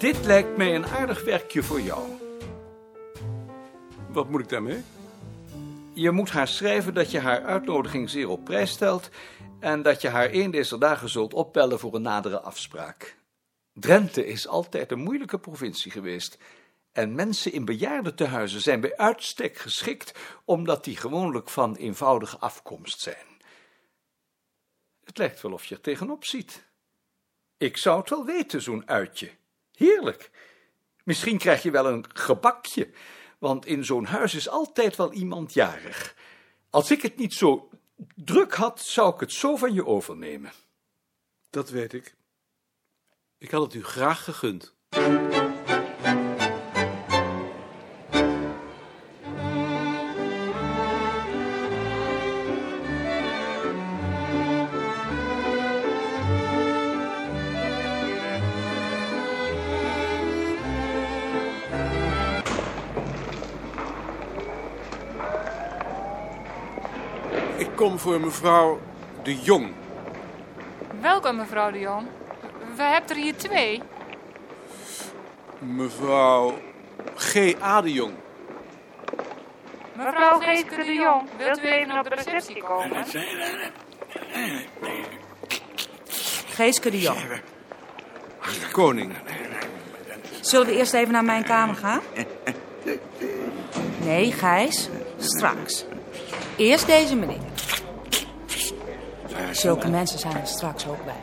Dit lijkt mij een aardig werkje voor jou. Wat moet ik daarmee? Je moet haar schrijven dat je haar uitnodiging zeer op prijs stelt en dat je haar een deze dagen zult opbellen voor een nadere afspraak. Drenthe is altijd een moeilijke provincie geweest en mensen in bejaardentehuizen zijn bij uitstek geschikt omdat die gewoonlijk van eenvoudige afkomst zijn. Het lijkt wel of je er tegenop ziet. Ik zou het wel weten, zo'n uitje. Heerlijk. Misschien krijg je wel een gebakje, want in zo'n huis is altijd wel iemand jarig. Als ik het niet zo druk had, zou ik het zo van je overnemen. Dat weet ik. Ik had het u graag gegund. Ik kom voor mevrouw de Jong. Welke mevrouw de Jong? We hebben er hier 2. Mevrouw G.A. de Jong. Mevrouw Geeske de Jong, wilt u even op de receptie komen? Geeske de Jong. Koning. Zullen we eerst even naar mijn kamer gaan? Nee, Gijs. Straks. Eerst deze meneer. Zulke mensen zijn er straks ook bij.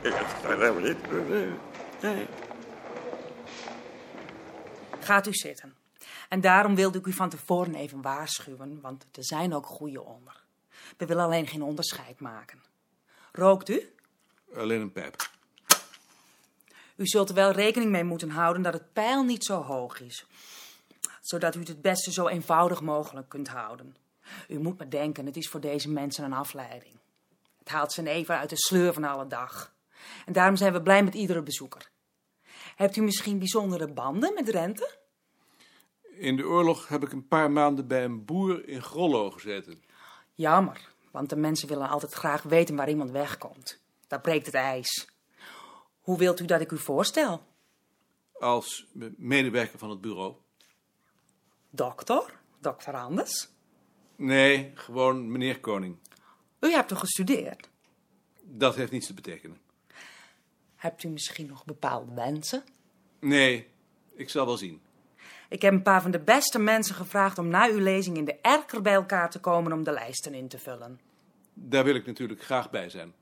Gaat u zitten. En daarom wilde ik u van tevoren even waarschuwen, want er zijn ook goeie onder. We willen alleen geen onderscheid maken. Rookt u? Alleen een pijp. U zult er wel rekening mee moeten houden dat het peil niet zo hoog is. Zodat u het beste zo eenvoudig mogelijk kunt houden. U moet maar denken, het is voor deze mensen een afleiding. Het haalt ze even uit de sleur van alle dag. En daarom zijn we blij met iedere bezoeker. Hebt u misschien bijzondere banden met Drenthe? In de oorlog heb ik een paar maanden bij een boer in Grollo gezeten. Jammer, want de mensen willen altijd graag weten waar iemand wegkomt. Daar breekt het ijs. Hoe wilt u dat ik u voorstel? Als medewerker van het bureau. Dokter? Dokter Anders? Nee, gewoon meneer Koning. U hebt toch gestudeerd? Dat heeft niets te betekenen. Hebt u misschien nog bepaalde wensen? Nee, ik zal wel zien. Ik heb een paar van de beste mensen gevraagd om na uw lezing in de Erker bij elkaar te komen om de lijsten in te vullen. Daar wil ik natuurlijk graag bij zijn.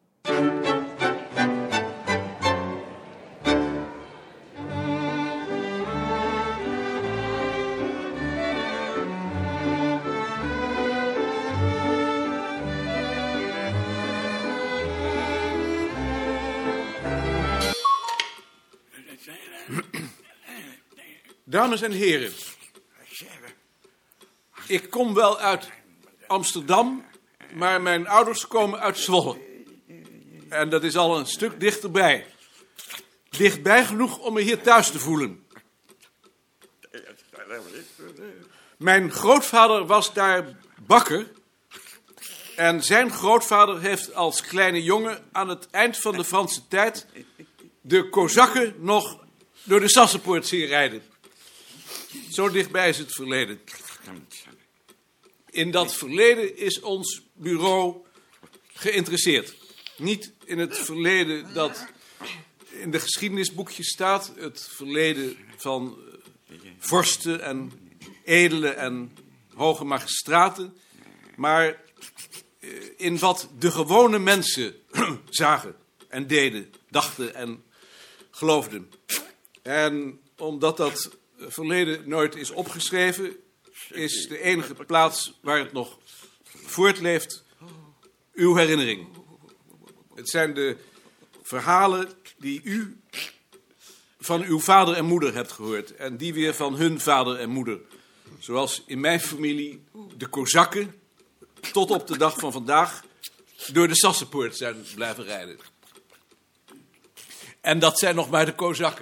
Dames en heren, ik kom wel uit Amsterdam, maar mijn ouders komen uit Zwolle. En dat is al een stuk dichterbij. Dichtbij genoeg om me hier thuis te voelen. Mijn grootvader was daar bakker. En zijn grootvader heeft als kleine jongen aan het eind van de Franse tijd de Kozakken nog door de Sassenpoort zien rijden. Zo dichtbij is het verleden. In dat verleden is ons bureau geïnteresseerd. Niet in het verleden dat in de geschiedenisboekjes staat. Het verleden van vorsten en edelen en hoge magistraten. Maar in wat de gewone mensen zagen en deden, dachten en geloofden. En omdat dat verleden nooit is opgeschreven, is de enige plaats waar het nog voortleeft uw herinnering. Het zijn de verhalen die u van uw vader en moeder hebt gehoord en die weer van hun vader en moeder. Zoals in mijn familie de Kozakken tot op de dag van vandaag door de Sassenpoort zijn blijven rijden. En dat zijn nog maar de Kozakken.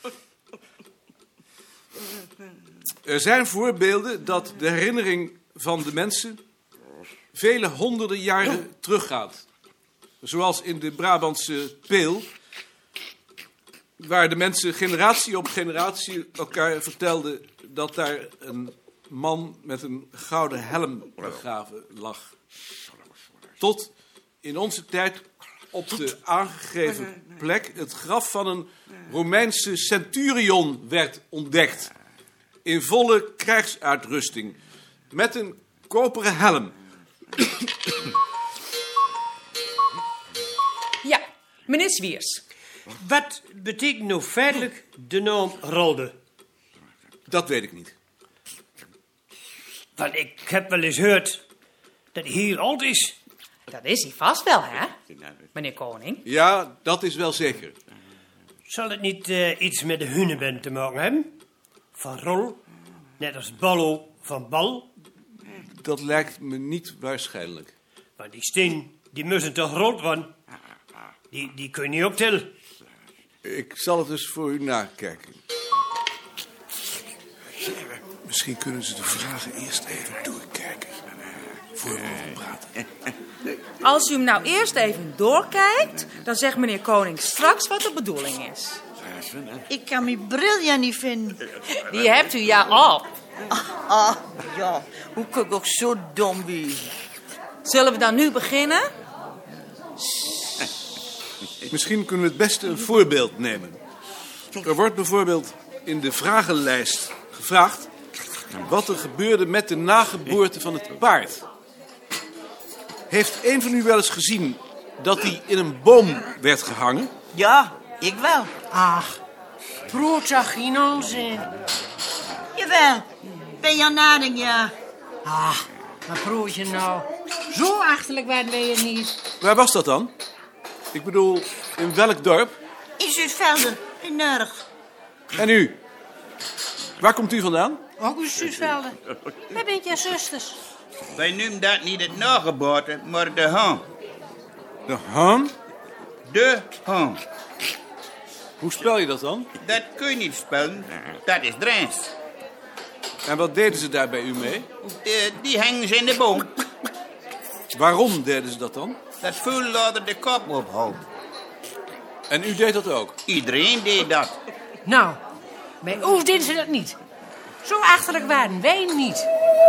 Er zijn voorbeelden dat de herinnering van de mensen vele honderden jaren teruggaat. Zoals in de Brabantse Peel, waar de mensen generatie op generatie elkaar vertelden dat daar een man met een gouden helm begraven lag. Tot in onze tijd op de aangegeven plek het graf van een Romeinse centurion werd ontdekt. In volle krijgsuitrusting. Met een koperen helm. Ja, meneer Zwiers. Wat betekent nou feitelijk de naam Rolde? Dat weet ik niet. Want ik heb wel eens gehoord dat hij hier oud is. Dat is hij vast wel, hè, meneer Koning? Ja, dat is wel zeker. Zal het niet iets met de huneband te maken hebben? Van Rol, net als Ballo van Bal. Dat lijkt me niet waarschijnlijk. Want die steen, die moeten toch rood worden? Die kun je niet optellen. Ik zal het dus voor u nakijken. Misschien kunnen ze de vragen eerst even doorkijken. Voor we mogen praten. Als u hem nou eerst even doorkijkt, dan zegt meneer Koning straks wat de bedoeling is. Ik kan mijn bril ja niet vinden. Die hebt u ja op. Ah, ja. Hoe kan ik ook zo dom wezen? Zullen we dan nu beginnen? Misschien kunnen we het beste een voorbeeld nemen. Er wordt bijvoorbeeld in de vragenlijst gevraagd wat er gebeurde met de nageboorte van het paard. Heeft een van u wel eens gezien dat hij in een boom werd gehangen? Ja, ik wel. Ach, brood zag geen onzin. Jawel. Ben je aan nadenken, ja. Ah, maar broodje nou. Zo achterlijk werden wij er niet. Waar was dat dan? Ik bedoel, in welk dorp? In Zuidvelden, in Nurg. En u? Waar komt u vandaan? Ook in Zuidvelden. Wij bent je zusters. Wij noemen dat niet het nageboorte, maar de haan. De haan? De haan. Hoe spel je dat dan? Dat kun je niet spellen, dat is Drents. En wat deden ze daar bij u mee? Die hangen ze in de boom. Waarom deden ze dat dan? Dat voel later de kop ophoudt. En u deed dat ook? Iedereen deed dat. Nou, bij ons deden ze dat niet. Zo achterlijk waren wij niet.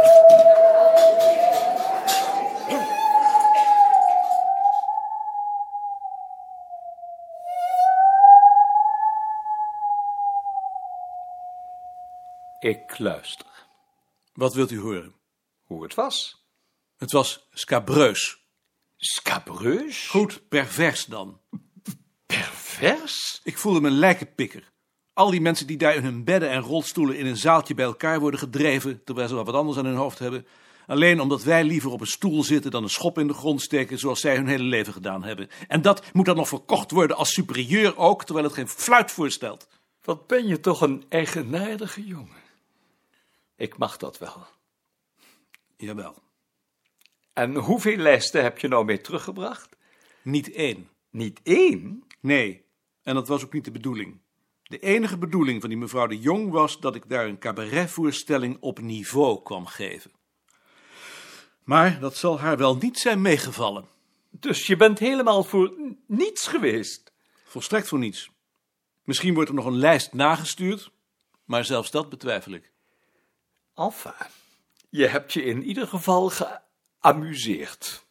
Ik luister. Wat wilt u horen? Hoe het was. Het was scabreus. Scabreus? Goed pervers dan. Pervers? Ik voelde me een lijkenpikker. Al die mensen die daar in hun bedden en rolstoelen in een zaaltje bij elkaar worden gedreven, terwijl ze wel wat anders aan hun hoofd hebben. Alleen omdat wij liever op een stoel zitten dan een schop in de grond steken, zoals zij hun hele leven gedaan hebben. En dat moet dan nog verkocht worden als superieur ook, terwijl het geen fluit voorstelt. Wat ben je toch een eigenaardige jongen. Ik mag dat wel. Jawel. En hoeveel lijsten heb je nou mee teruggebracht? Niet één. Niet één? Nee, en dat was ook niet de bedoeling. De enige bedoeling van die mevrouw de Jong was dat ik daar een cabaretvoorstelling op niveau kwam geven. Maar dat zal haar wel niet zijn meegevallen. Dus je bent helemaal voor niets geweest? Volstrekt voor niets. Misschien wordt er nog een lijst nagestuurd, maar zelfs dat betwijfel ik. Enfin, je hebt je in ieder geval geamuseerd.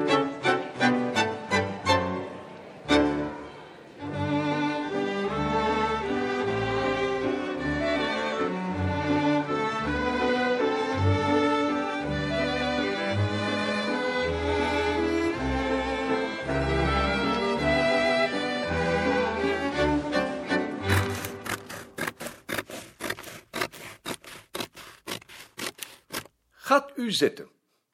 Gaat u zitten.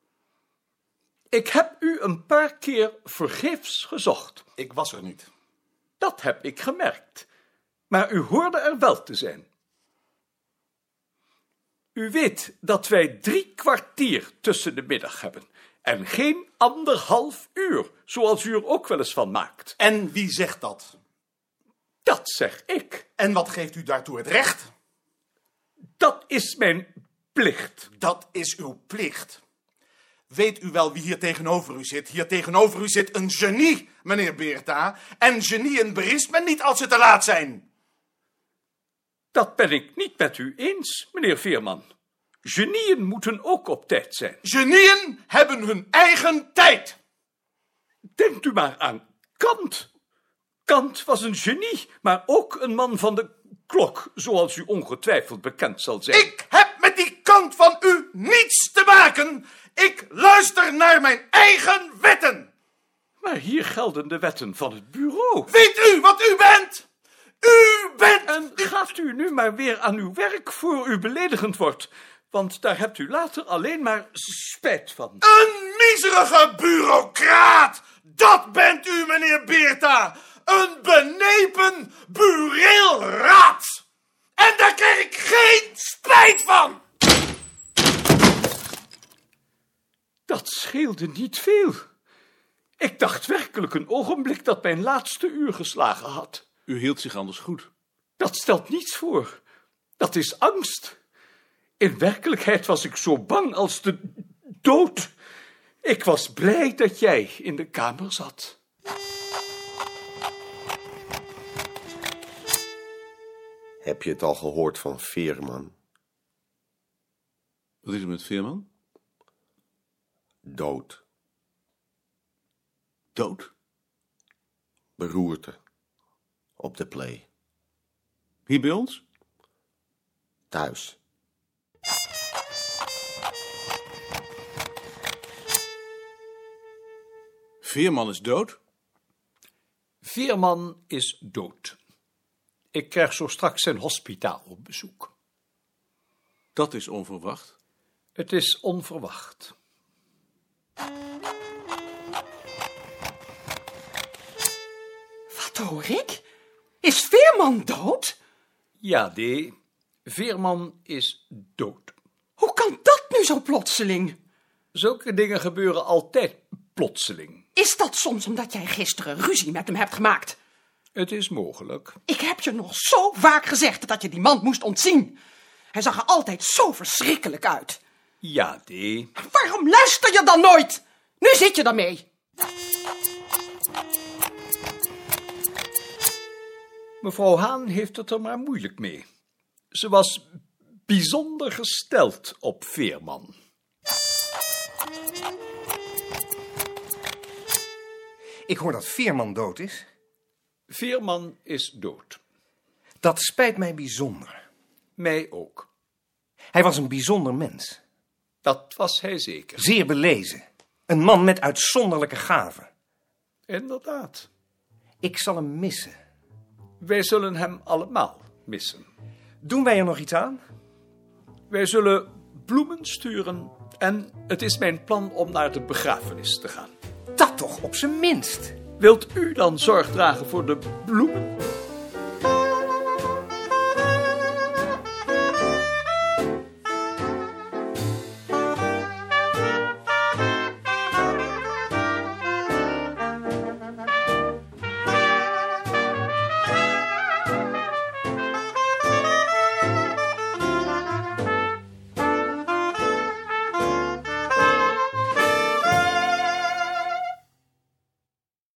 Ik heb u een paar keer vergeefs gezocht. Ik was er niet. Dat heb ik gemerkt. Maar u hoorde er wel te zijn. U weet dat wij 3 kwartier tussen de middag hebben. En geen 1,5 uur, zoals u er ook wel eens van maakt. En wie zegt dat? Dat zeg ik. En wat geeft u daartoe het recht? Dat is mijn plicht. Dat is uw plicht. Weet u wel wie hier tegenover u zit? Hier tegenover u zit een genie, meneer Beerta. En genieën berispt men niet als ze te laat zijn. Dat ben ik niet met u eens, meneer Veerman. Genieën moeten ook op tijd zijn. Genieën hebben hun eigen tijd. Denkt u maar aan Kant. Kant was een genie, maar ook een man van de klok, zoals u ongetwijfeld bekend zal zijn. Ik heb met die Kant van u niets te maken. Ik luister naar mijn eigen wetten. Maar hier gelden de wetten van het bureau. Weet u wat u bent? U bent... En gaat u nu maar weer aan uw werk voor u beledigend wordt, want daar hebt u later alleen maar spijt van. Een miserige bureaucraat! Dat bent u, meneer Beerta! Een benepen bureelraad! En daar krijg ik geen spijt van! Dat scheelde niet veel. Ik dacht werkelijk een ogenblik dat mijn laatste uur geslagen had. U hield zich anders goed. Dat stelt niets voor. Dat is angst. In werkelijkheid was ik zo bang als de dood. Ik was blij dat jij in de kamer zat. Heb je het al gehoord van Veerman? Wat is er met Veerman? Dood. Dood? Beroerte. Op de play. Hier bij ons? Thuis. Veerman is dood? Veerman is dood. Ik krijg zo straks zijn hospitaal op bezoek. Dat is onverwacht. Het is onverwacht. Wat hoor ik? Is Veerman dood? Ja, D. Veerman is dood. Hoe kan dat nu zo plotseling? Zulke dingen gebeuren altijd plotseling. Is dat soms omdat jij gisteren ruzie met hem hebt gemaakt? Het is mogelijk. Ik heb je nog zo vaak gezegd dat je die man moest ontzien. Hij zag er altijd zo verschrikkelijk uit. Ja, D. Waarom luister je dan nooit? Nu zit je daarmee. Mevrouw Haan heeft het er maar moeilijk mee. Ze was bijzonder gesteld op Veerman. Ik hoor dat Veerman dood is. Veerman is dood. Dat spijt mij bijzonder. Mij ook. Hij was een bijzonder mens. Dat was hij zeker. Zeer belezen. Een man met uitzonderlijke gaven. Inderdaad. Ik zal hem missen. Wij zullen hem allemaal missen. Doen wij er nog iets aan? Wij zullen bloemen sturen en het is mijn plan om naar de begrafenis te gaan. Dat toch op zijn minst. Wilt u dan zorg dragen voor de bloemen?